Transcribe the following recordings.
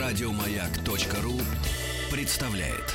Радиомаяк.ру представляет.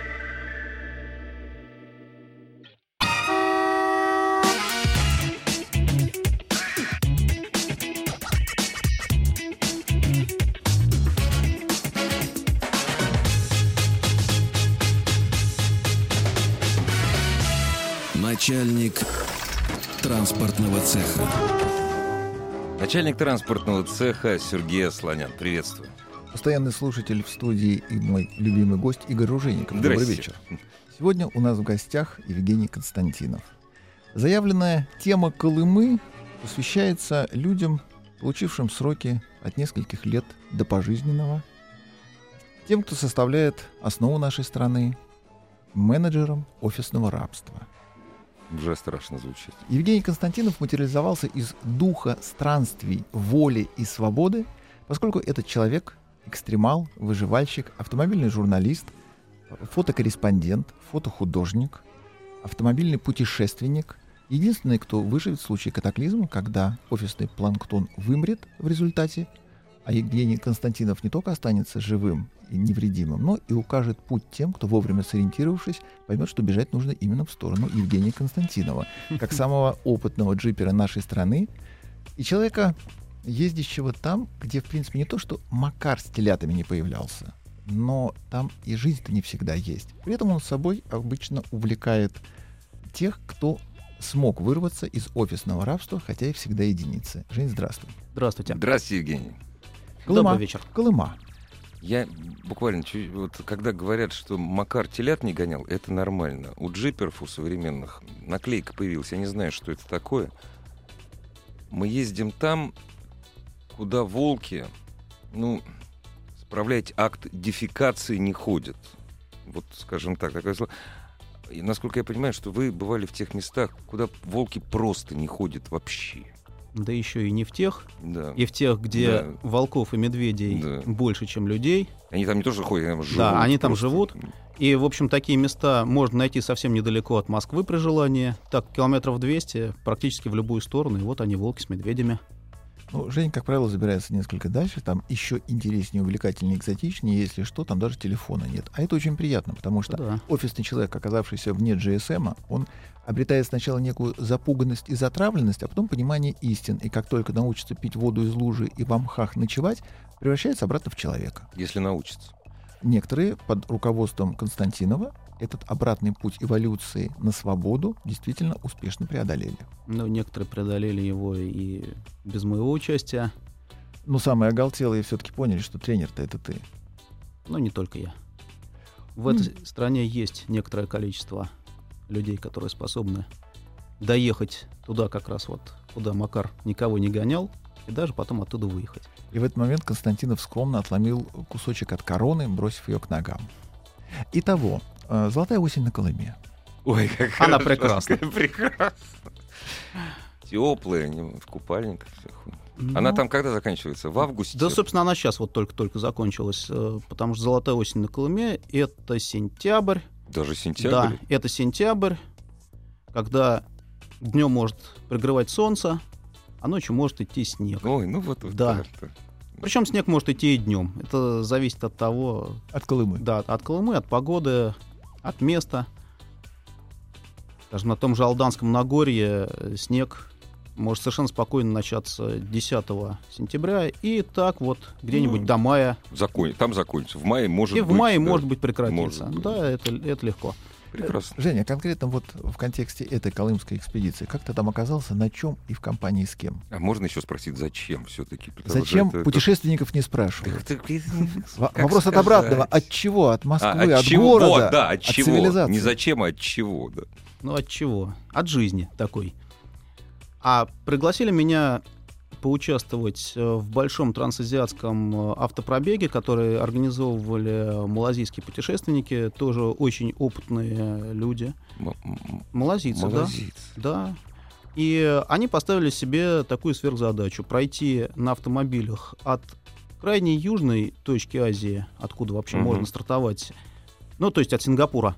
Начальник транспортного цеха. Начальник транспортного цеха Сергей Асланян. Приветствую. Постоянный слушатель в студии и мой любимый гость Игорь Ружейников. Добрый вечер. Сегодня у нас в гостях Евгений Константинов. Заявленная тема Колымы посвящается людям, получившим сроки от нескольких лет до пожизненного, тем, кто составляет основу нашей страны, менеджерам офисного рабства. Уже страшно звучит. Евгений Константинов материализовался из духа странствий, воли и свободы, поскольку этот человек — экстремал, выживальщик, автомобильный журналист, фотокорреспондент, фотохудожник, автомобильный путешественник, единственный, кто выживет в случае катаклизма, когда офисный планктон вымрет в результате, а Евгений Константинов не только останется живым и невредимым, но и укажет путь тем, кто, вовремя сориентировавшись, поймет, что бежать нужно именно в сторону Евгения Константинова, как самого опытного джипера нашей страны и человека, ездящего там, где, в принципе, не то, что Макар с телятами не появлялся, но там и жизнь-то не всегда есть. При этом он с собой обычно увлекает тех, кто смог вырваться из офисного рабства, хотя и всегда единицы. Жень, здравствуй. Здравствуйте. Здравствуйте, Евгений. Колыма. Добрый вечер. Колыма. Я буквально, вот когда говорят, что Макар телят не гонял, это нормально. У джиперов, у современных, наклейка появилась, я не знаю, что это такое. Мы ездим там, куда волки, справлять акт дефекации не ходят. Вот, скажем так, такое слово. И, насколько я понимаю, что вы бывали в тех местах, куда волки просто не ходят вообще. Да еще и не в тех, Да. и в тех, где Да. волков и медведей больше, чем людей. Они там не то что ходят, они там живут. Да, они там просто. живут. И, в общем, такие места можно найти совсем недалеко от Москвы при желании. Так, километров 200, практически в любую сторону. И вот они, волки с медведями. Жень, как правило, забирается несколько дальше. Там еще интереснее, увлекательнее, экзотичнее. Если что, там даже телефона нет. А это очень приятно, потому что Да. офисный человек, оказавшийся вне GSM, он обретает сначала некую запуганность и затравленность, а потом понимание истин. И как только научится пить воду из лужи и в мхах ночевать, превращается обратно в человека. Если научится. Некоторые под руководством Константинова этот обратный путь эволюции на свободу действительно успешно преодолели. Некоторые преодолели его и без моего участия. Но самые оголтелые все-таки поняли, что тренер-то это ты. Но не только я. В этой стране есть некоторое количество людей, которые способны доехать туда как раз вот, куда Макар никого не гонял, и даже потом оттуда выехать. И в этот момент Константинов скромно отломил кусочек от короны, бросив ее к ногам. Итого, «Золотая осень на Колыме». Ой, как Она хорошо, прекрасна. как прекрасно. Теплая, в купальниках. Она там когда заканчивается? В августе? Да, собственно, она сейчас вот только-только закончилась, потому что «Золотая осень на Колыме» — это сентябрь. Даже сентябрь? Да, это сентябрь, когда днем может пригревать солнце, а ночью может идти снег. Ой, вот Да. так. Причем снег может идти и днем. Это зависит от того... От Колымы. Да, от Колымы, от погоды, от места. Скажем, на том же Алданском Нагорье снег может совершенно спокойно начаться 10 сентября и так вот где-нибудь до мая. Там закончится. В мае может И быть. в мае, да, может быть, прекратится. может быть. Да, это легко. Прекрасно. Женя, конкретно вот в контексте этой колымской экспедиции, как ты там оказался, на чем и в компании с кем? А можно еще спросить, зачем все-таки? Зачем? Путешественников не спрашивают. Вопрос от сказать? обратного. От чего? От Москвы, от чего? города, Вот, да, от от чего? цивилизации. Не зачем, а от чего, да. От чего? От жизни такой. А пригласили меня поучаствовать в большом трансазиатском автопробеге, который организовывали малазийские путешественники, тоже очень опытные люди. Малазийцы, да. Да. И они поставили себе такую сверхзадачу — пройти на автомобилях от крайней южной точки Азии, откуда вообще можно стартовать, то есть от Сингапура,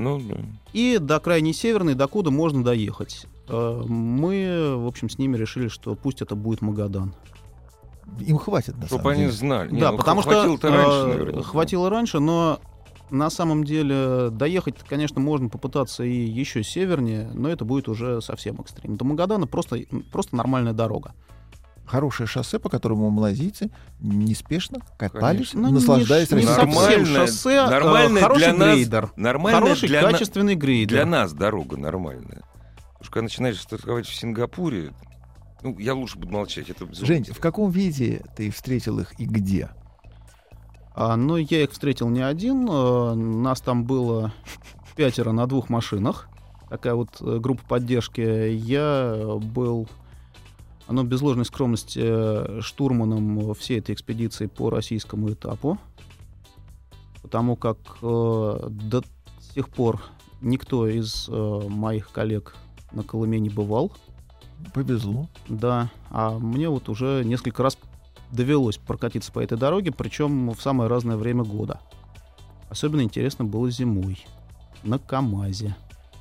и до крайней северной, докуда можно доехать. Мы, в общем, с ними решили, что пусть это будет Магадан. Им хватит, на Чтобы самом они деле. знали. Не, Да, ну, потому что хватило-то раньше, наверное. хватило раньше, но на самом деле доехать, конечно, можно попытаться и еще севернее, но это будет уже совсем экстрим. До Магадана просто нормальная дорога. Хорошее шоссе, по которому малазийцы неспешно катались, Конечно. Ну, наслаждаясь не российским. совсем Нормальная- шоссе, нормальная хороший для нас- грейдер. Нормальная Хороший, для, качественный грейдер. для нас дорога нормальная. Потому что когда начинаешь стартовать в Сингапуре, ну, я лучше буду молчать. Это Жень, в каком виде ты встретил их и где? Ну, я их встретил не один. Нас там было 5 на 2 машинах. Такая вот группа поддержки. Я был, без ложной скромности, штурманом всей этой экспедиции по российскому этапу. Потому как до сих пор никто из моих коллег на Колыме не бывал. Повезло. Да, а мне вот уже несколько раз довелось прокатиться по этой дороге, причем в самое разное время года. Особенно интересно было зимой на КамАЗе.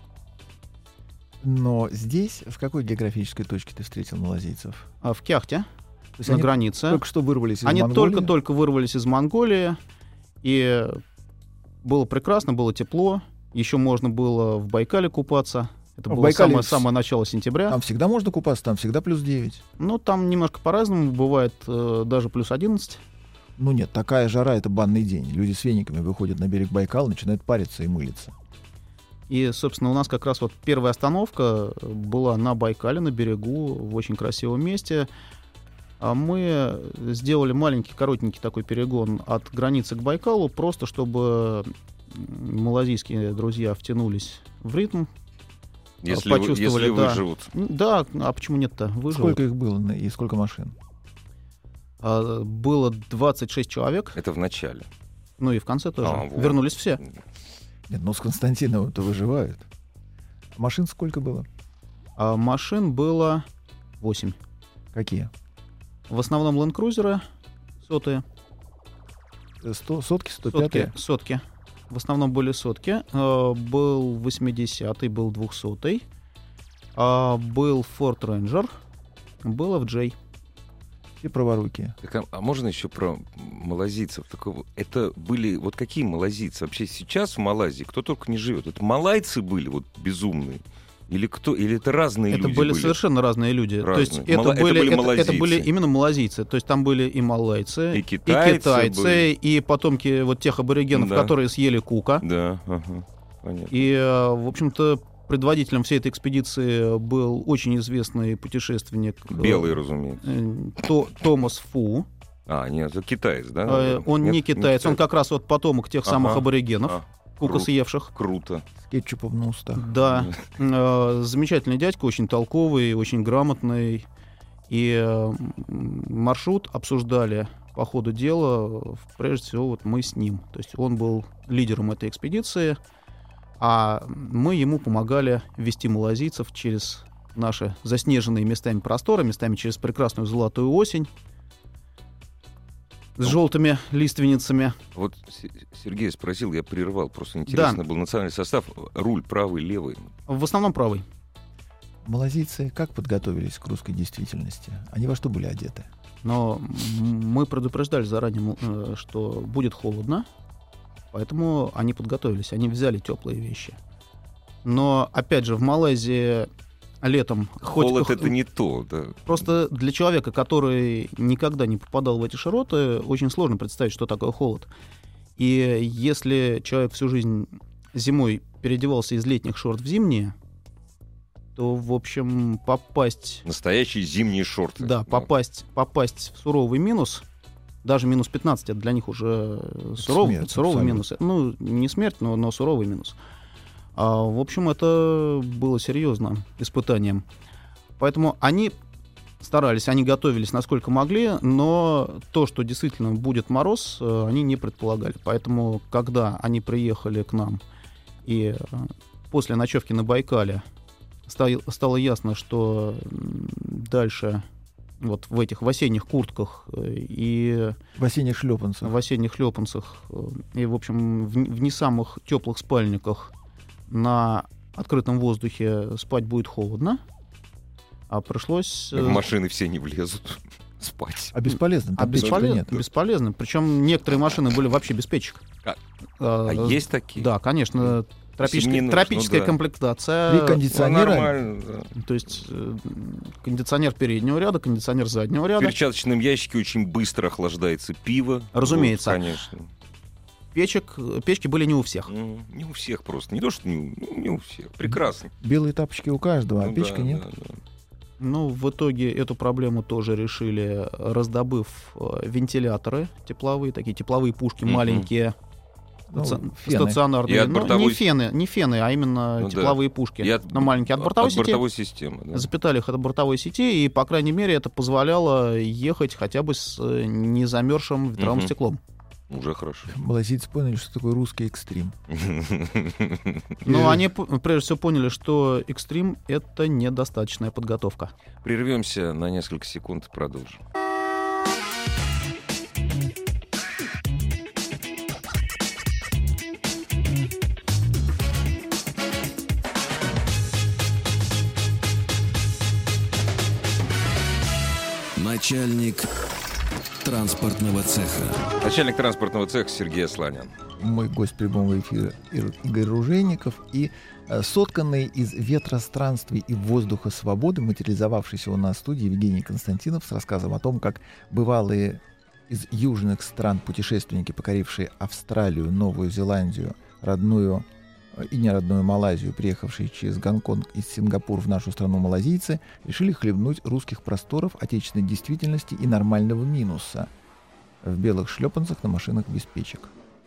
Но здесь, в какой географической точке ты встретил малазийцев? В Кяхте, То есть на они границе. только что вырвались из Они Монголии? только-только вырвались из Монголии, и было прекрасно, было тепло. Еще можно было в Байкале купаться. Это В было Байкале самое начало сентября. Там всегда можно купаться, там всегда плюс 9. Ну, там немножко по-разному. Бывает даже плюс 11. Ну нет, такая жара — это банный день. Люди с вениками выходят на берег Байкала, начинают париться и мылиться. И, собственно, у нас как раз вот первая остановка была на Байкале, на берегу, в очень красивом месте. А мы сделали маленький, коротенький такой перегон от границы к Байкалу, просто чтобы малазийские друзья втянулись в ритм. Если почувствовали, да. выживут. Да, а почему нет-то? Выживут. Сколько их было и сколько машин? Было 26 человек, Это в начале. ну и в конце тоже. Вот. Вернулись все. Нет, ну с Константиновым-то выживают. Машин сколько было? Машин было 8. Какие? В основном ленд-крузеры, сотые. Сотки, 105-е? Сотки. В основном были сотки. Был 80-й, был 200-й. Был Ford Ranger. Был FJ. Все праворукие. Так, а можно еще про малазийцев? Это были... Вот какие малазийцы? Вообще сейчас в Малайзии кто только не живет. Это малайцы были вот безумные? Или кто? Или это разные Это люди были совершенно разные люди. То есть Разные. это были это малазийцы. были именно малазийцы. То есть там были и малайцы, И китайцы были. и потомки вот тех аборигенов, Да. которые съели кука. Да, ага, понятно. И, в общем-то, предводителем всей этой экспедиции был очень известный путешественник Белый, разумеется. Томас Фу. Нет, это китаец, да? Он Нет, не китаец, он как раз вот потомок тех самых Ага. аборигенов, кука круто. съевших. Круто. С кетчупом на устах. Да, замечательный дядька, очень толковый, очень грамотный. И маршрут обсуждали по ходу дела, прежде всего, вот мы с ним. То есть он был лидером этой экспедиции, а мы ему помогали вести малазийцев через наши заснеженные местами просторы, местами через прекрасную золотую осень с желтыми лиственницами. Вот Сергей спросил, я прервал, просто интересно был национальный состав. Руль правый, левый. В основном правый. Малазийцы как подготовились к русской действительности? Они во что были одеты? Но мы предупреждали заранее, что будет холодно, поэтому они подготовились, они взяли теплые вещи. Но, опять же, в Малайзии летом... Холод — это не то, да. Просто для человека, который никогда не попадал в эти широты, очень сложно представить, что такое холод. И если человек всю жизнь зимой переодевался из летних шорт в зимние, то, в общем, попасть... Настоящие зимние шорты. Да, попасть в суровый минус, даже минус 15, это для них уже суровый абсолютно. минус. Ну, не смерть, но суровый минус. В общем, это было серьезным испытанием. Поэтому они старались, они готовились насколько могли, но то, что действительно будет мороз, они не предполагали. Поэтому, когда они приехали к нам, и после ночевки на Байкале стало ясно, что дальше вот в этих в осенних куртках и В осенних шлепанцах. в осенних шлепанцах и, в общем, в не самых теплых спальниках на открытом воздухе спать будет холодно, а пришлось... В машины все не влезут. спать. А бесполезно, там печек нет. Бесполезно. Причем некоторые машины были вообще без печек. А есть такие? Да, конечно. Тропическая комплектация. И кондиционеры. Нормально, да. То есть кондиционер переднего ряда, кондиционер заднего В ряда. перчаточном ящике очень быстро охлаждается пиво. Разумеется. Вот, конечно. Печки были не у всех. Не у всех просто. Не то, что не у всех. Прекрасно. Белые тапочки у каждого, а печка нет. Да. Ну, в итоге эту проблему тоже решили, раздобыв вентиляторы тепловые, такие тепловые пушки маленькие, стационарные. И от бортовой... не фены, а именно тепловые пушки. Но маленькие от бортовой сети. Бортовой системы, да. Запитали их от бортовой сети, и, по крайней мере, это позволяло ехать хотя бы с незамерзшим ветровым стеклом. Уже хорошо. Малазийцы поняли, что такое русский экстрим. Но они прежде всего поняли, что экстрим — это недостаточная подготовка. Прервемся на несколько секунд и продолжим. Начальник транспортного цеха. Начальник транспортного цеха Сергей Асланян. Мой гость прямого эфира Игорь Ружейников. И сотканный из ветра странствий и воздуха свободы, материализовавшийся у нас в студии Евгений Константинов с рассказом о том, как бывалые из южных стран путешественники, покорившие Австралию, Новую Зеландию, родную и неродную Малайзию, приехавшие через Гонконг и Сингапур в нашу страну малазийцы, решили хлебнуть русских просторов, отечественной действительности и нормального минуса в белых шлепанцах на машинах без печек.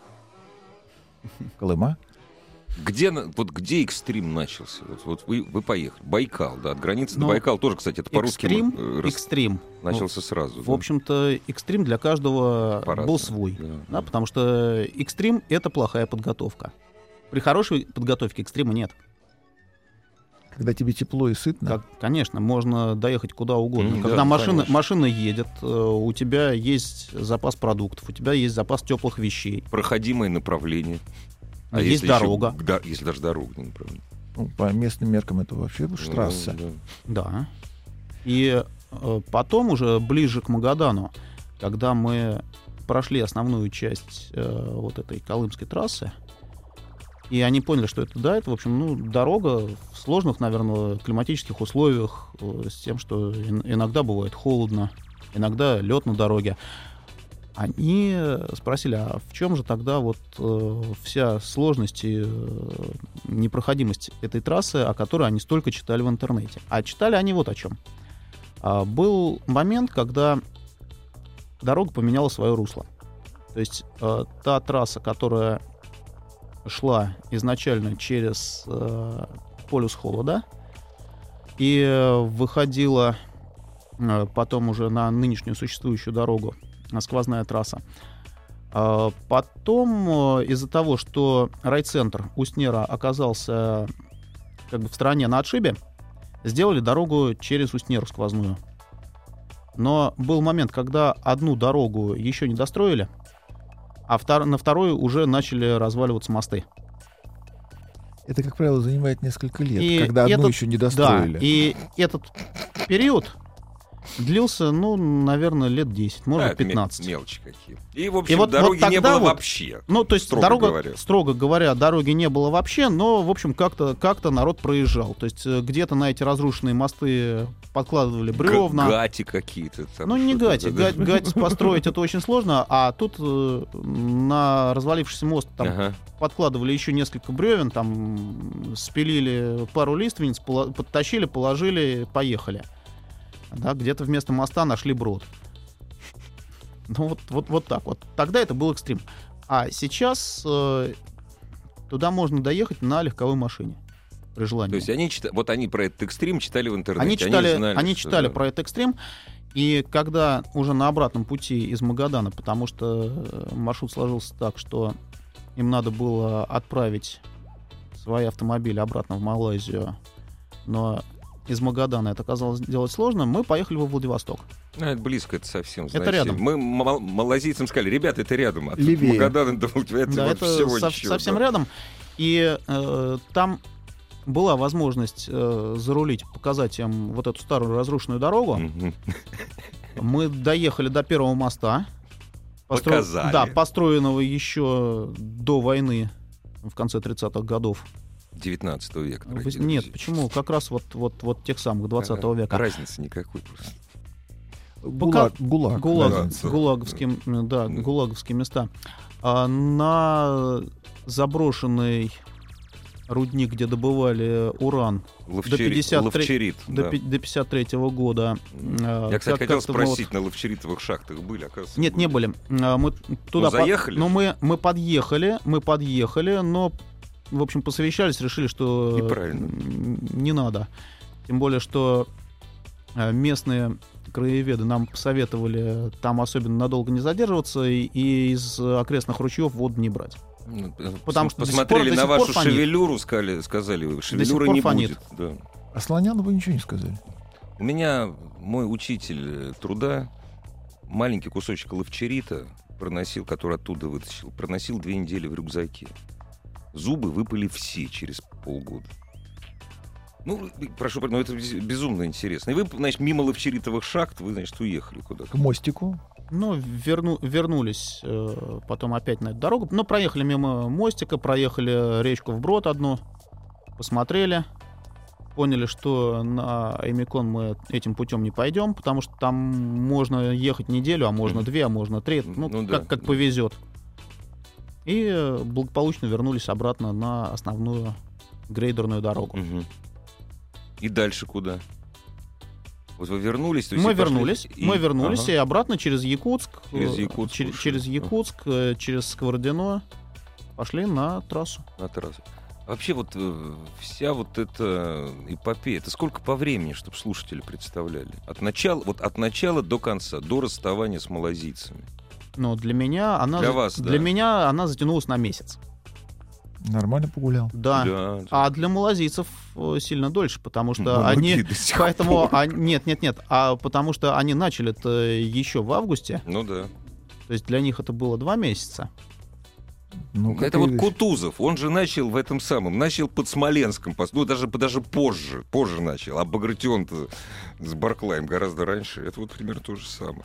Колыма. Где экстрим начался? Вот вы поехали. Байкал, да, от границы до Байкала тоже, кстати, это по-русски экстрим начался сразу. В общем-то, экстрим для каждого был свой. Да, потому что экстрим — это плохая подготовка. При хорошей подготовке экстрима нет. Когда тебе тепло и сытно? Конечно, можно доехать куда угодно. Когда машина едет, у тебя есть запас продуктов, у тебя есть запас теплых вещей. Проходимое направление. А есть дорога. Если даже дорога не направлена. Ну, по местным меркам это вообще штрасса. Да. И потом уже ближе к Магадану, когда мы прошли основную часть вот этой Колымской трассы, и они поняли, что это, в общем, дорога в сложных, наверное, климатических условиях, с тем, что иногда бывает холодно, иногда лед на дороге. Они спросили, а в чем же тогда вся сложность и непроходимость этой трассы, о которой они столько читали в интернете? А читали они вот о чем. Был момент, когда дорога поменяла свое русло. То есть та трасса, которая шла изначально через полюс холода и выходила потом уже на нынешнюю существующую дорогу, сквозная трасса. Потом из-за того, что райцентр Устнера оказался в стороне на отшибе, сделали дорогу через Устнеру сквозную. Но был момент, когда одну дорогу еще не достроили, а на второй уже начали разваливаться мосты. Это, как правило, занимает несколько лет, когда одну еще не достроили. Да, и этот период длился, наверное, лет 10, может, 15. Мелочи какие. И, в общем, дороги не было вообще. То есть, строго говоря, дороги не было вообще, но, в общем, как-то народ проезжал. То есть, где-то на эти разрушенные мосты подкладывали бревна. Гати какие-то. Не гати. Гати построить это очень сложно, а тут на развалившийся мост там подкладывали еще несколько бревен, там спилили пару лиственниц, подтащили, положили, поехали. Да, где-то вместо моста нашли брод. Вот так вот. Тогда это был экстрим. А сейчас туда можно доехать на легковой машине. При желании. То есть они про этот экстрим читали в интернете. Они читали про этот экстрим. И когда уже на обратном пути из Магадана, потому что маршрут сложился так, что им надо было отправить свои автомобили обратно в Малайзию, но из Магадана это оказалось делать сложно, мы поехали во Владивосток. Это близко, это совсем, знаете. Это рядом. Мы малазийцам сказали, ребята, это рядом. От Левее. Магадана до Владивостока это всего ничего. Совсем рядом. И там была возможность зарулить, показать им вот эту старую разрушенную дорогу. Мы доехали до первого моста. Показали. Да, построенного еще до войны, в конце 30-х годов. 19 века. Нет, почему? Как раз вот тех самых 20 века. Разницы никакой просто. Гулаговские места. На заброшенный рудник, где добывали уран до 53-го года. Я, кстати, хотел спросить, на лавчеритовых шахтах были, оказывается? Нет, не были. Мы туда заехали? Мы подъехали, но, в общем, посовещались, решили, что не надо. Тем более, что местные краеведы нам посоветовали там особенно надолго не задерживаться и из окрестных ручьев воду не брать. Потому что посмотрели на вашу шевелюру, сказали, шевелюра не будет. Да. А Слоняну вы ничего не сказали? У меня мой учитель труда маленький кусочек лавчерита проносил, который оттуда вытащил, проносил 2 недели в рюкзаке. Зубы выпали все через полгода. Ну, прошу прощения, это безумно интересно. И вы, значит, мимо лавчеритовых шахт, вы, значит, уехали куда-то. К мостику. Ну, вернулись потом опять на эту дорогу. Но проехали мимо мостика, проехали речку вброд одну, посмотрели, поняли, что на Аймекон мы этим путем не пойдем, потому что там можно ехать неделю, а можно 2, а можно 3, как повезет. И благополучно вернулись обратно на основную грейдерную дорогу. И дальше куда? Вот вы вернулись? То есть мы вернулись и обратно через Якутск, через Сковородино пошли на трассу. Вообще вот вся вот эта эпопея, это сколько по времени, чтобы слушатели представляли? От начала до конца, до расставания с малазийцами. Но для меня она затянулась на месяц. Нормально погулял. Да. А для малазийцев сильно дольше, потому что они... потому что они начали это еще в августе. Ну да. То есть для них это было 2 месяца. Это вот Кутузов, он же начал начал под Смоленском, даже позже начал, а Багратион-то с Барклаем гораздо раньше. Это вот примерно то же самое.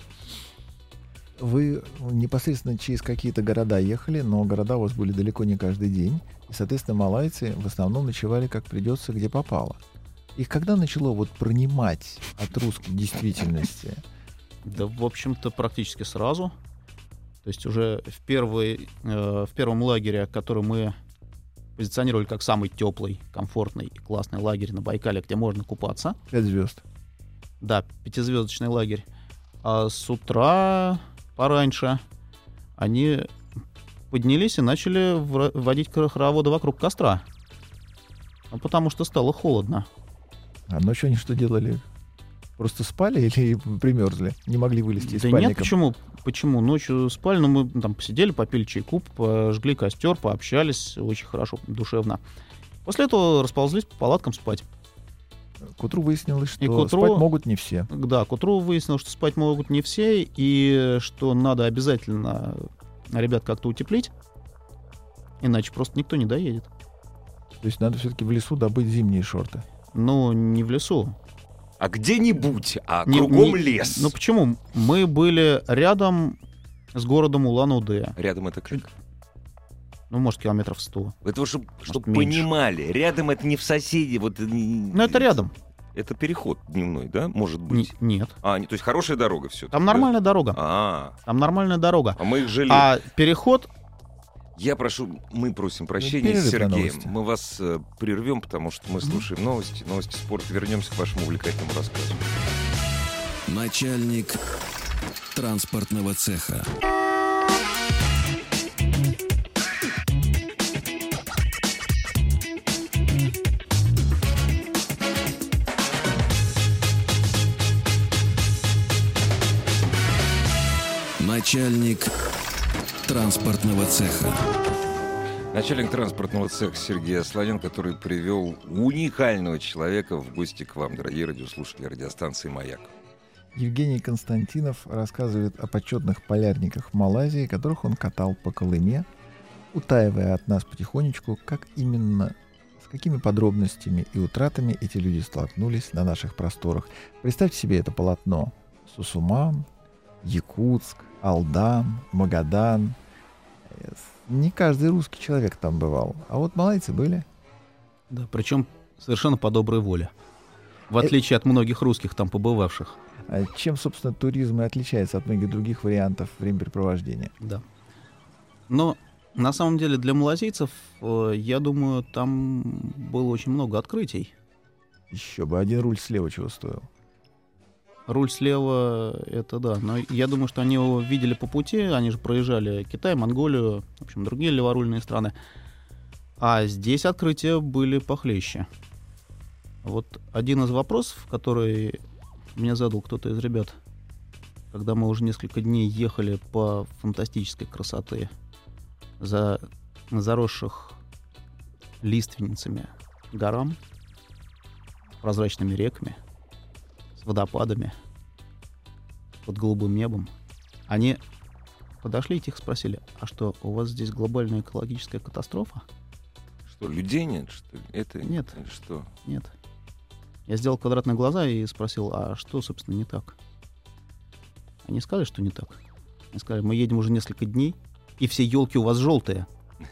Вы непосредственно через какие-то города ехали, но города у вас были далеко не каждый день. И, соответственно, малайцы в основном ночевали как придется, где попало. Их когда начало пронимать от русской действительности? Да, в общем-то, практически сразу. То есть уже в первом лагере, который мы позиционировали как самый теплый, комфортный и классный лагерь на Байкале, где можно купаться. 5 звезд. Да, 5-звездочный лагерь. А с утра пораньше они поднялись и начали водить хороводы вокруг костра. Потому что стало холодно. А ночью они что делали? Просто спали или примерзли? Не могли вылезти из спальника? Да нет, почему? Ночью спали, но мы там посидели, попили чайку, пожгли костер, пообщались очень хорошо, душевно. После этого расползлись по палаткам спать. К утру выяснилось, что спать могут не все. Да, к утру выяснилось, что спать могут не все, и что надо обязательно ребят как-то утеплить, иначе просто никто не доедет. То есть надо все-таки в лесу добыть зимние шорты? Ну, не в лесу. А где-нибудь, кругом лес. Ну почему? Мы были рядом с городом Улан-Удэ. Рядом это как? Ну, может, километров 100. Это чтобы понимали. Рядом это не в соседи. Ну, это рядом. Это переход дневной, да? Может быть? Нет. То есть хорошая дорога все. Там нормальная дорога. Там нормальная дорога. А мы их жалеем. А переход... Мы просим прощения с Сергеем. Мы вас прервем, потому что мы слушаем новости спорта. Вернемся к вашему увлекательному рассказу. Начальник транспортного цеха. Начальник транспортного цеха. Начальник транспортного цеха Сергей Асланин, который привел уникального человека в гости к вам, дорогие радиослушатели радиостанции «Маяк». Евгений Константинов рассказывает о почетных полярниках Малайзии, которых он катал по Колыме, утаивая от нас потихонечку, как именно, с какими подробностями и утратами эти люди столкнулись на наших просторах. Представьте себе это полотно. Сусуман, Якутск, Алдан, Магадан. Не каждый русский человек там бывал. А вот малайцы были. Да, причем совершенно по доброй воле. В отличие от многих русских там побывавших. А чем, собственно, туризм и отличается от многих других вариантов времяпрепровождения? Да. Но на самом деле для малазийцев, я думаю, там было очень много открытий. Еще бы, один руль слева чего стоил. Руль слева, это да. Но я думаю, что они его видели по пути. Они же проезжали Китай, Монголию, в общем, другие леворульные страны. А здесь открытия были похлеще. Вот один из вопросов, который мне задал кто-то из ребят, когда мы уже несколько дней ехали по фантастической красоты за заросших лиственницами горам, прозрачными реками, с водопадами, под голубым небом. Они подошли и тихо спросили: а что, у вас здесь глобальная экологическая катастрофа? Что, людей нет, что ли? Это Нет. Что? Нет. Я сделал квадратные глаза и спросил: а что, собственно, не так? Они сказали, что не так. Они сказали: мы едем уже несколько дней, и все елки у вас желтые.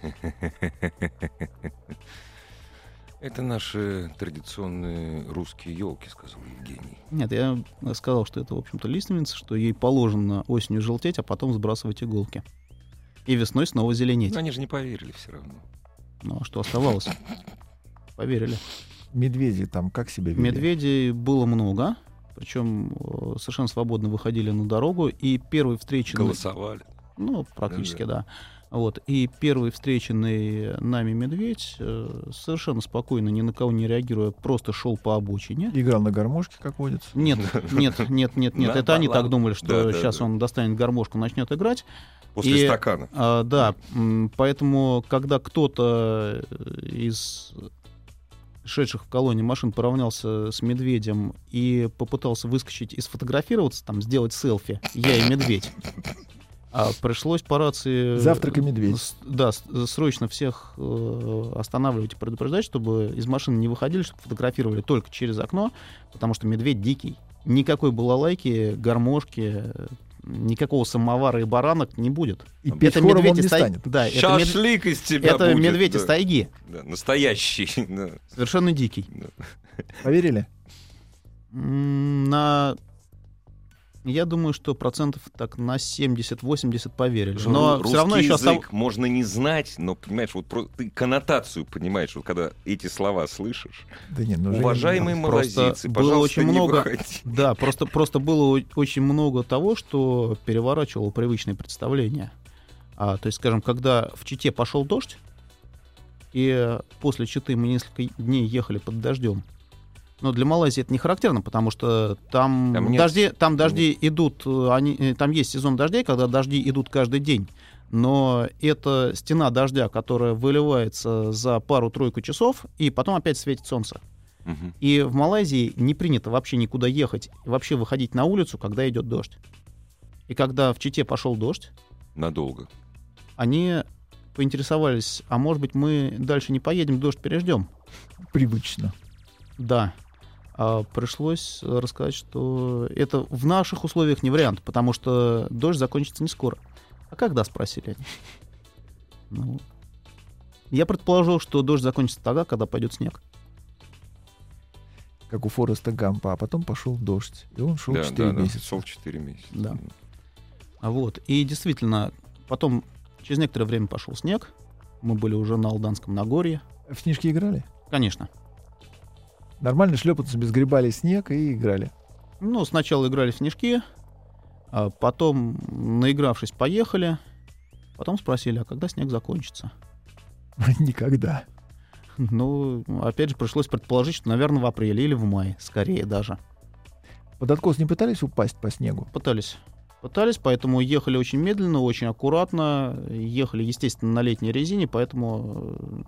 Это наши традиционные русские елки, сказал Евгений. Нет, я сказал, что это, в общем-то, лиственница, что ей положено осенью желтеть, а потом сбрасывать иголки. И весной снова зеленеть. Но они же не поверили все равно. Ну, а что оставалось? Поверили. Медведи там как себя вели? Медведей было много, причем совершенно свободно выходили на дорогу, и первый встреченный... Голосовали. Ну, практически, да. Вот. И первый встреченный нами медведь, совершенно спокойно, ни на кого не реагируя, просто шел по обочине. Играл на гармошке, как водится? Нет. Это они так думали, что сейчас он достанет гармошку, начнет играть. После стакана. Да, поэтому, когда кто-то из шедших в колонне машин поравнялся с медведем и попытался выскочить и сфотографироваться, там, сделать селфи, я и медведь, пришлось по рации... Завтрак и медведь. Да, срочно всех останавливать и предупреждать, чтобы из машины не выходили, чтобы фотографировали только через окно, потому что медведь дикий. Никакой балалайки, гармошки, никакого самовара и баранок не будет. И петь хором он не станет. Да, шашлык из тебя это будет. Медведь из тайги. Да, настоящий. Да. Совершенно дикий. Да. Поверили? Я думаю, что процентов так на 70-80 поверили. Но все равно еще язык можно не знать, но, понимаешь, вот ты коннотацию понимаешь, вот когда эти слова слышишь. Да нет, уважаемые малазийцы, пожалуйста, очень много, не выходите. Да, просто было очень много того, что переворачивало привычные представления. То есть, скажем, когда в Чите пошел дождь, и после Читы мы несколько дней ехали под дождем. Но для Малайзии это не характерно, потому что там дожди идут, там есть сезон дождей, когда дожди идут каждый день. Но это стена дождя, которая выливается за пару-тройку часов, и потом опять светит солнце. Угу. И в Малайзии не принято вообще никуда ехать, вообще выходить на улицу, когда идет дождь. И когда в Чите пошел дождь... Надолго. Они поинтересовались: а может быть мы дальше не поедем, дождь переждем? Привычно. Да. Пришлось рассказать, что это в наших условиях не вариант, потому что дождь закончится не скоро. А когда, спросили они. Я предположил, что дождь закончится тогда, когда пойдет снег. Как у Фореста Гампа, а потом пошел дождь. И он шел 4 месяца. Шел 4 месяца. Да. И действительно, потом через некоторое время пошел снег. Мы были уже на Алданском Нагорье. В снежки играли? Конечно. Нормально шлепаться, сгребали снег и играли. Сначала играли в снежки, а потом, наигравшись, поехали. Потом спросили: а когда снег закончится? Никогда. Опять же, пришлось предположить, что, наверное, в апреле или в мае, скорее даже. Под откос не пытались упасть по снегу? Пытались, поэтому ехали очень медленно, очень аккуратно. Ехали, естественно, на летней резине, поэтому...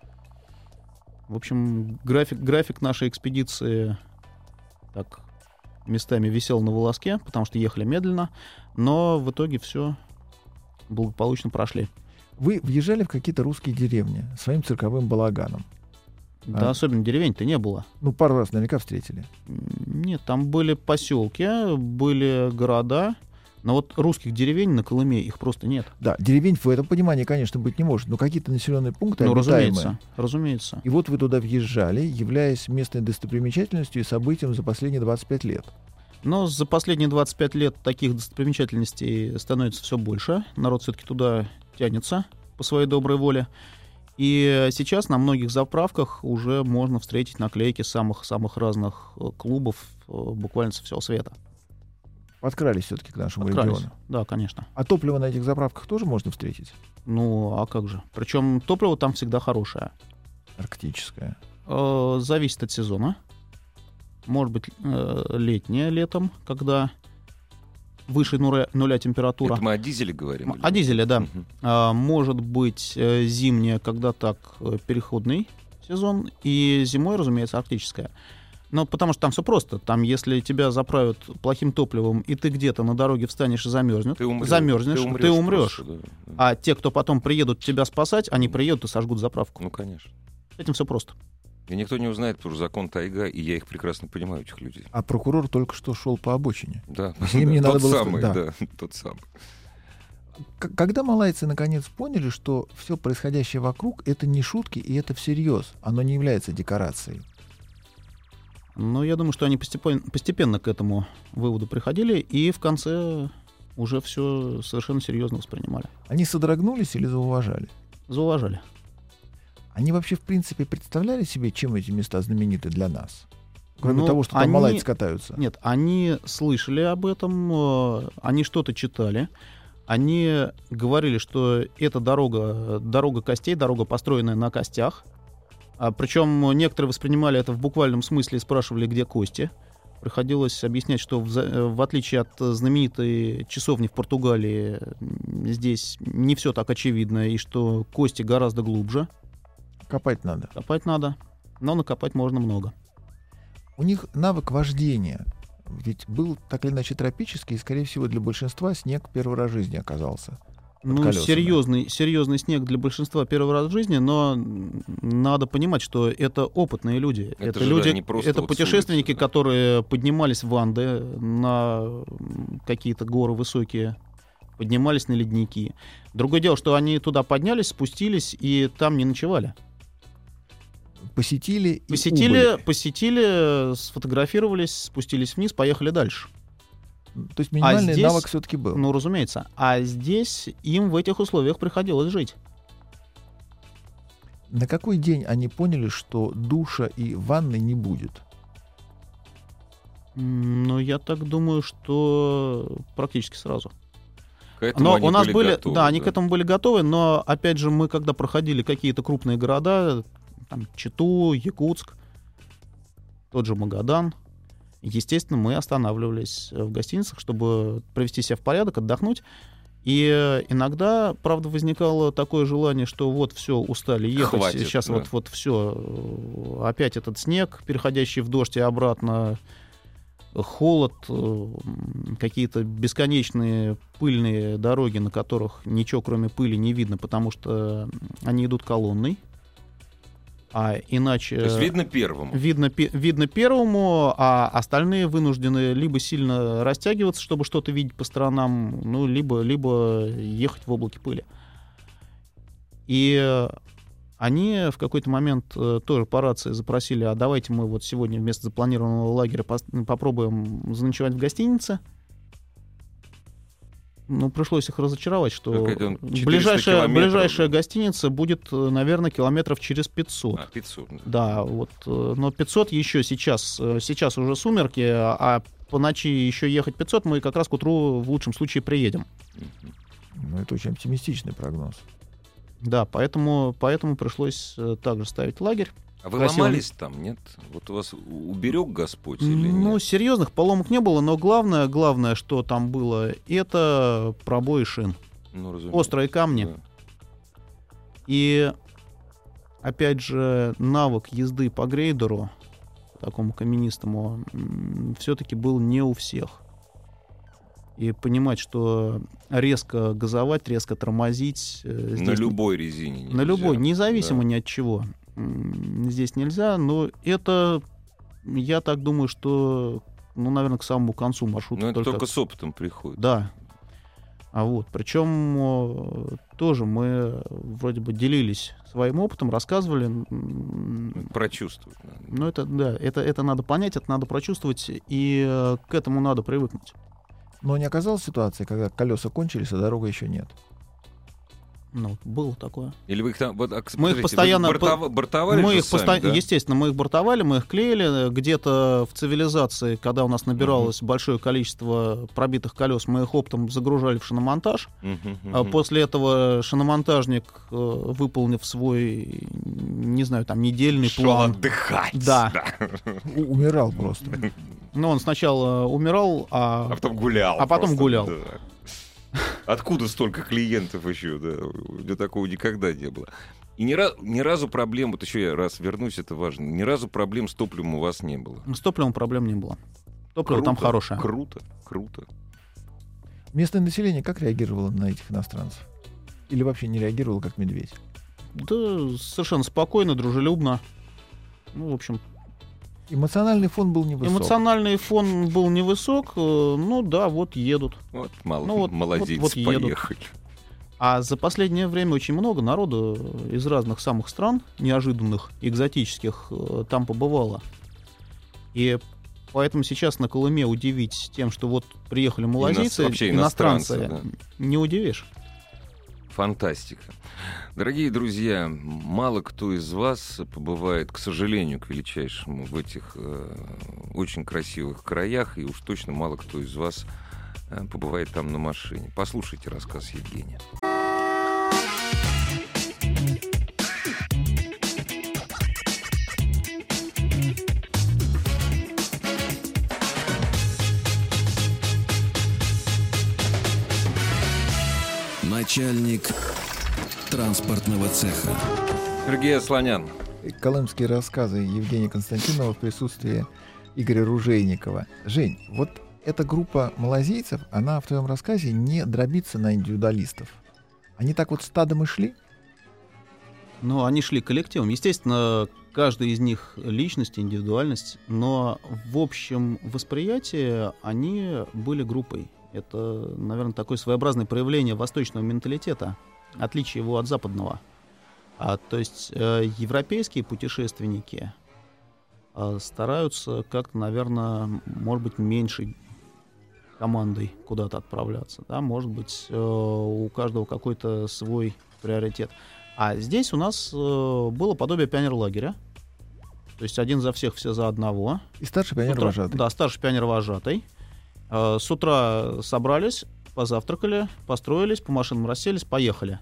В общем, график нашей экспедиции так местами висел на волоске, потому что ехали медленно, но в итоге все благополучно прошли. Вы въезжали в какие-то русские деревни своим цирковым балаганом. Да, особенно деревень-то не было. Ну, пару раз наверняка встретили. Нет, там были поселки, были города, но вот русских деревень на Колыме их просто нет. Да, деревень в этом понимании, конечно, быть не может, но какие-то населенные пункты обитаемые. Разумеется. И вот вы туда въезжали, являясь местной достопримечательностью и событием за последние 25 лет. Но за последние 25 лет таких достопримечательностей становится все больше. Народ все-таки туда тянется по своей доброй воле. И сейчас на многих заправках уже можно встретить наклейки самых разных клубов буквально со всего света. Подкрались все-таки к нашему региону. Да, конечно. А топливо на этих заправках тоже можно встретить? Ну, а как же? Причем топливо там всегда хорошее. Арктическое. Зависит от сезона. Может быть, летнее летом, когда выше нуля температура. Это мы о дизеле говорим? О дизеле, да. Может быть, зимнее, когда так, переходный сезон. И зимой, разумеется, арктическое. Но потому что там все просто. Там, если тебя заправят плохим топливом, и ты где-то на дороге встанешь и замерзнешь, ты умрешь. Просто, да. А те, кто потом приедут тебя спасать, они приедут и сожгут заправку. Ну, конечно. С этим все просто. И никто не узнает про закон тайга, и я их прекрасно понимаю, этих людей. А прокурор только что шел по обочине. Да, Им тот самый, да, тот самый. Когда малайцы наконец поняли, что все происходящее вокруг — это не шутки, и это всерьез, оно не является декорацией? Но я думаю, что они постепенно к этому выводу приходили, и в конце уже все совершенно серьезно воспринимали. Они содрогнулись или зауважали? Зауважали. Они вообще, в принципе, представляли себе, чем эти места знамениты для нас? Кроме того, что там малайцы катаются. Нет, они слышали об этом, они что-то читали. Они говорили, что это дорога костей, дорога, построенная на костях. Причем некоторые воспринимали это в буквальном смысле и спрашивали, где кости. Приходилось объяснять, что в отличие от знаменитой часовни в Португалии, здесь не все так очевидно, и что кости гораздо глубже. Копать надо. Копать надо, но накопать можно много. У них навык вождения. Ведь был так или иначе тропический, и, скорее всего, для большинства снег первый раз в жизни оказался. Ну, серьезный снег для большинства первый раз в жизни, но надо понимать, что это опытные люди. Это люди, это вот путешественники, да, которые поднимались в Анды на какие-то горы высокие, поднимались на ледники. Другое дело, что они туда поднялись, спустились и там не ночевали. Посетили, сфотографировались, спустились вниз, поехали дальше. То есть минимальный навык все-таки был. Ну, разумеется. А здесь им в этих условиях приходилось жить. На какой день они поняли, что душа и ванны не будет? Ну, я так думаю, что практически сразу. Но у нас были готовы, да, они к этому были готовы, но, опять же, мы когда проходили какие-то крупные города, там, Читу, Якутск, тот же Магадан, естественно, мы останавливались в гостиницах, чтобы привести себя в порядок, отдохнуть. И иногда, правда, возникало такое желание, что вот все, устали ехать, хватит, сейчас да. вот все, опять этот снег, переходящий в дождь и обратно, холод, какие-то бесконечные пыльные дороги, на которых ничего кроме пыли не видно, потому что они идут колонной. А иначе... То есть видно первому. Видно первому, а остальные вынуждены либо сильно растягиваться, чтобы что-то видеть по сторонам, ну, либо ехать в облаке пыли. И они в какой-то момент тоже по рации запросили, а давайте мы вот сегодня вместо запланированного лагеря попробуем заночевать в гостинице. Ну, пришлось их разочаровать, что ближайшая гостиница будет, наверное, километров через 500. 500. Да, вот, но 500 еще сейчас уже сумерки, а по ночи еще ехать 500, мы как раз к утру в лучшем случае приедем. Ну, это очень оптимистичный прогноз. Да, поэтому пришлось также ставить лагерь. А вы ломались там, нет? Вот у вас уберег Господь или нет? Ну, серьезных поломок не было, но главное, что там было, это пробои шин. Ну, острые камни. Да. И, опять же, навык езды по грейдеру, такому каменистому, все-таки был не у всех. И понимать, что резко газовать, резко тормозить... На любой резине нельзя. На любой, независимо ни от чего. здесь нельзя, но это, я так думаю, что, наверное, к самому концу маршрута. Но это только с опытом приходит. Да. Причем тоже мы вроде бы делились своим опытом, рассказывали. Прочувствовать надо. Ну, это надо понять, это надо прочувствовать, и к этому надо привыкнуть. Но не оказалась ситуация, когда колеса кончились, а дорога еще нет? Было такое. Или вы их там... Мы их постоянно... бортовали мы же их сами, да? Естественно, мы их бортовали, мы их клеили. Где-то в цивилизации, когда у нас набиралось большое количество пробитых колес, мы их оптом загружали в шиномонтаж. После этого шиномонтажник, выполнив свой, не знаю, там, недельный план... отдыхать. Да. Умирал просто. Он сначала умирал, а потом гулял. А потом гулял. Да. Откуда столько клиентов еще? Да? У меня такого никогда не было. И ни разу проблем, вот еще я раз вернусь, это важно, ни разу проблем с топливом у вас не было. С топливом проблем не было. Топливо там хорошее. Круто. Местное население как реагировало на этих иностранцев? Или вообще не реагировало, как медведь? Да, совершенно спокойно, дружелюбно. В общем... Эмоциональный фон был невысок. Эмоциональный фон был невысок, вот едут. Вот молодец, поехали. А за последнее время очень много народу из разных самых стран, неожиданных, экзотических, там побывало. И поэтому сейчас на Колыме удивить тем, что вот приехали малазийцы, иностранцы, да. Не удивишь. Фантастика. Дорогие друзья, мало кто из вас побывает, к сожалению, к величайшему, в этих очень красивых краях, и уж точно мало кто из вас побывает там на машине. Послушайте рассказ Евгения. Начальник транспортного цеха. Сергей Асланян. Колымские рассказы Евгения Константинова в присутствии Игоря Ружейникова. Жень, вот эта группа малазийцев, она в твоем рассказе не дробится на индивидуалистов. Они так вот стадом и шли? Они шли коллективом. Естественно, каждый из них личность, индивидуальность, но в общем восприятии они были группой. Это, наверное, такое своеобразное проявление восточного менталитета, отличие его от западного. То есть европейские путешественники стараются как-то, наверное, может быть, меньшей командой куда-то отправляться. Да? Может быть, у каждого какой-то свой приоритет. А здесь у нас было подобие пионерлагеря. То есть один за всех, все за одного. И старший пионер-вожатый. Да, старший пионер-вожатый. С утра собрались, позавтракали, построились, по машинам расселись, поехали.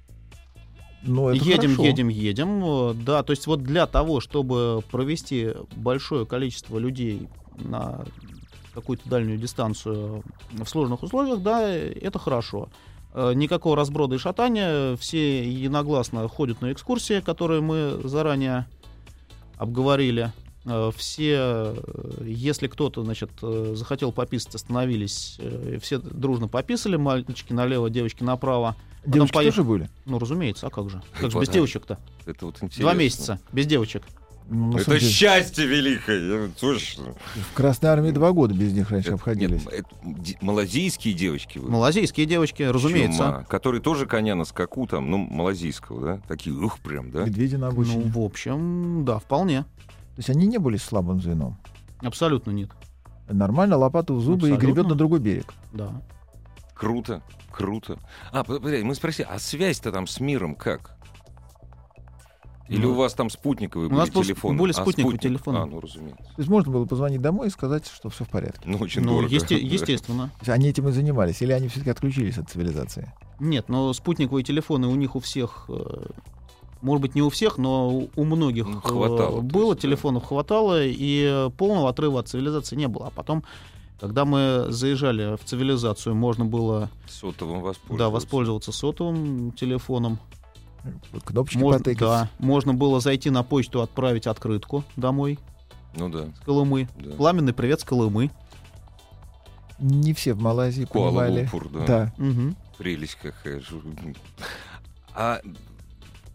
Едем. Да, то есть вот для того, чтобы провести большое количество людей на какую-то дальнюю дистанцию в сложных условиях, да, это хорошо. Никакого разброда и шатания, все единогласно ходят на экскурсии, которые мы заранее обговорили. Все, если кто-то, захотел пописать, остановились, все дружно пописали, мальчики налево, девочки направо. Девочки тоже были? Разумеется, а как же? Как же без девочек-то? Это вот интересно. 2 месяца без девочек. Это счастье великое, точно. В Красной Армии 2 года без них раньше обходились. Малазийские девочки. Малазийские девочки, разумеется. Которые тоже коня на скаку, там, малазийского, да? Такие, прям, да? Медведи на обочине. В общем, да, вполне. То есть они не были слабым звеном? Абсолютно нет. Нормально, лопату в зубы и гребет на другой берег. Да. Круто. Подожди, мы спросили, а связь-то там с миром как? Или у вас там спутниковые были телефоны? У нас были спутниковые телефоны. Разумеется. То есть можно было позвонить домой и сказать, что все в порядке? Очень дорого. Естественно. То есть они этим и занимались? Или они все-таки отключились от цивилизации? Нет, но спутниковые телефоны у них у всех... Может быть, не у всех, но у многих было, телефонов хватало, и полного отрыва от цивилизации не было. А потом, когда мы заезжали в цивилизацию, можно было сотовым воспользоваться. Да, воспользоваться сотовым телефоном. Кнопочки потыкать. Да, можно было зайти на почту, отправить открытку домой. С Колымы. Да. Пламенный привет с Колымы. Не все в Малайзии понимали. Куала-Лумпур, да. Да. Угу. Прелесть какая же. А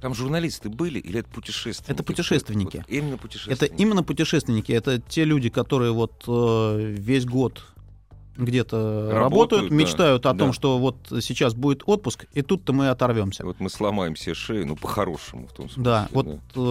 Там журналисты были или это путешественники? Это путешественники. Вот, именно путешественники. Это именно путешественники. Это те люди, которые вот весь год где-то работают, да. мечтают о Да. том, что вот сейчас будет отпуск, и тут-то мы оторвемся. Вот мы сломаем себе шею, ну, по-хорошему в том смысле. Да, вот.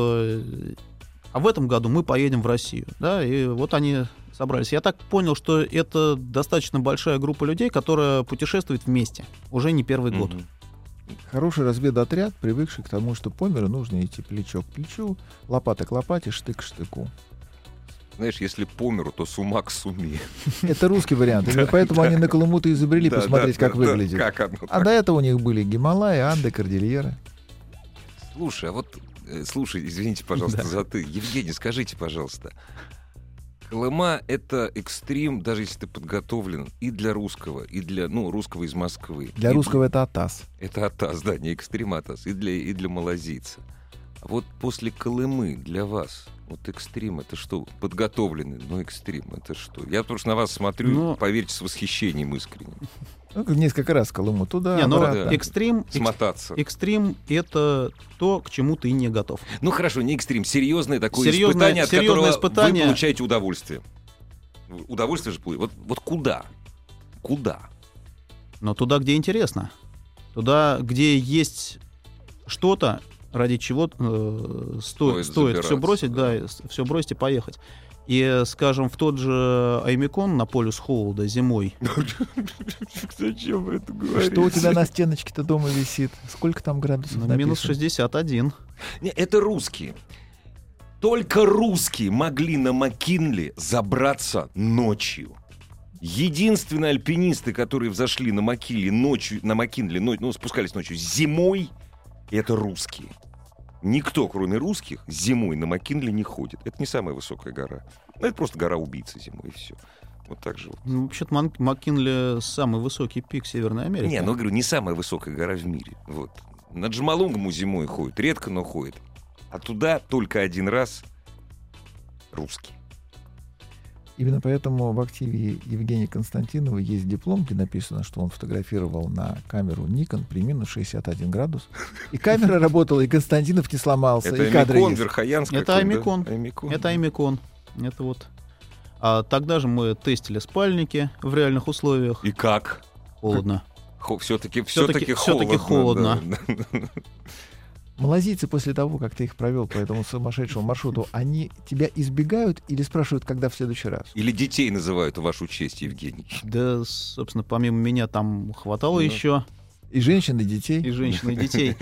А в этом году мы поедем в Россию, да, и вот они собрались. Я так понял, что это достаточно большая группа людей, которая путешествует вместе уже не первый год. Мгм. Хороший разведотряд, привыкший к тому, что по миру нужно идти плечо к плечу, лопата к лопате, штык к штыку. Знаешь, если по миру, то с ума к суме. Это русский вариант. Именно поэтому они на Колыму-то изобрели, Да, посмотреть, да, как да, выглядит. да, как оно А так. до этого у них были Гималаи, Анды, Кордильеры. Слушай, а вот, слушай, извините, пожалуйста, Да. за ты. Евгений, скажите, пожалуйста, Колыма — это экстрим, даже если ты подготовлен и для русского, и для, ну, русского из Москвы. Для И русского это Атас. Это Атас, да, не экстрим Атас, и для малазийца. А вот после Колымы для вас, вот экстрим — это что? Подготовленный, но экстрим — это что? Я потому что на вас смотрю, Ну, поверьте, с восхищением искренним. Ну, как несколько раз Колыму туда, Не, ну, обратно. экстрим Смотаться. это то, к чему ты не готов. Ну хорошо, не экстрим, серьезное такое Серьезное- испытание, от серьезное которого испытание. вы получаете удовольствие. Удовольствие же получаете. Вот куда? Куда? Но туда, где интересно. Туда, где есть что-то, ради чего стоит все забираться, бросить, да. все бросить и поехать. И, скажем, в тот же Аймикон на полюс холода зимой. Зачем вы это Что у тебя на стеночке-то дома висит? Сколько там градусов Минус написано? 61. Это русские. Только русские могли на Маккинли забраться ночью. Единственные альпинисты, которые взошли на Маккинли ночью, спускались ночью зимой, это русские. Никто, кроме русских, зимой на Маккинли не ходит. Это не самая высокая гора. Ну, это просто гора-убийца зимой, и все. Вот так же. Вот. Ну, вообще-то Маккинли самый высокий пик Северной Америки. Не, ну, говорю, не самая высокая гора в мире. Вот. На Джомолунгму зимой ходит. Редко, но ходит. А туда только один раз русский. Именно поэтому в активе Евгения Константинова есть диплом, где написано, что он фотографировал на камеру Nikon при минус 61 градус. И камера работала, и Константинов не сломался, Это и кадры Аймикон, есть. Верхоянск. Это какой, Аймикон. да? Аймикон. Это Аймикон. Это вот. А тогда же мы тестили спальники в реальных условиях. И как? Холодно. Все-таки Всё-таки холодно. холодно. Да. Малазийцы после того, как ты их провел по этому сумасшедшему маршруту, они тебя избегают или спрашивают, когда в следующий раз? Или детей называют в вашу честь, Евгений. Да, собственно, помимо меня там хватало Ну. еще И женщин, и детей. и женщин, и детей.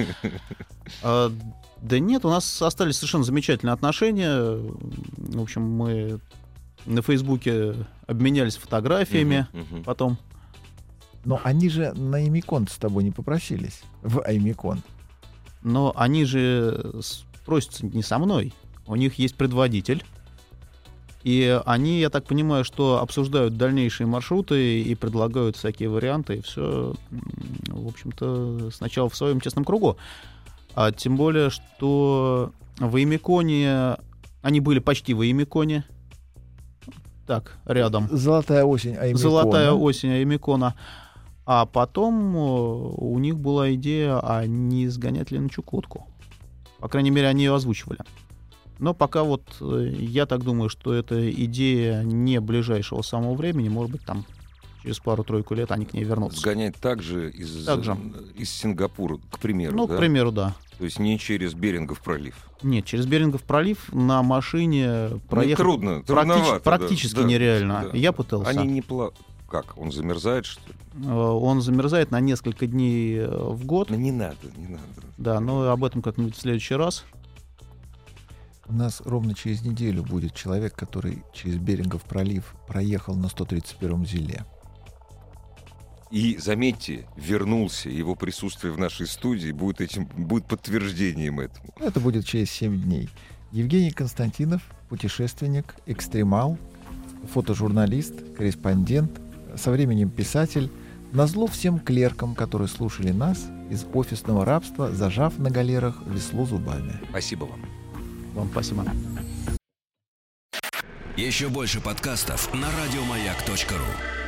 Да нет, у нас остались совершенно замечательные отношения. В общем, мы на Фейсбуке обменялись фотографиями. Мгм. Потом. Но они же на Аймикон с тобой не попросились. В Аймикон. Но они же просятся не со мной. У них есть предводитель. И они, я так понимаю, что обсуждают дальнейшие маршруты и предлагают всякие варианты. И все, в общем-то, сначала в своем тесном кругу. А тем более, что в Аймиконе... Они были почти в Аймиконе. Так, рядом. Золотая осень Аймикона. Золотая осень Аймикона. А потом у них была идея, а не сгонять ли на Чукотку. По крайней мере, они ее озвучивали. Но пока вот я так думаю, что это идея не ближайшего самого времени. Может быть, там через пару-тройку лет они к ней вернутся. Сгонять также из Сингапура, к примеру. Ну, да? к примеру, да. То есть не через Берингов пролив. Нет, через Берингов пролив на машине проехать трудно, трудновато, практически да, нереально. да. Я пытался. Они не Как? Он замерзает, что ли? Он замерзает на несколько дней в год. Ну, не надо, не надо. Да, но об этом как-нибудь в следующий раз. У нас ровно через неделю будет человек, который через Берингов пролив проехал на 131-м зиле. И, заметьте, вернулся. Его присутствие в нашей студии будет подтверждением этому. Это будет через 7 дней. Евгений Константинов, путешественник, экстремал, фотожурналист, корреспондент, со временем писатель, назло всем клеркам, которые слушали нас из офисного рабства, зажав на галерах весло зубами. Спасибо вам. Вам спасибо. Еще больше подкастов на радиомаяк.ру.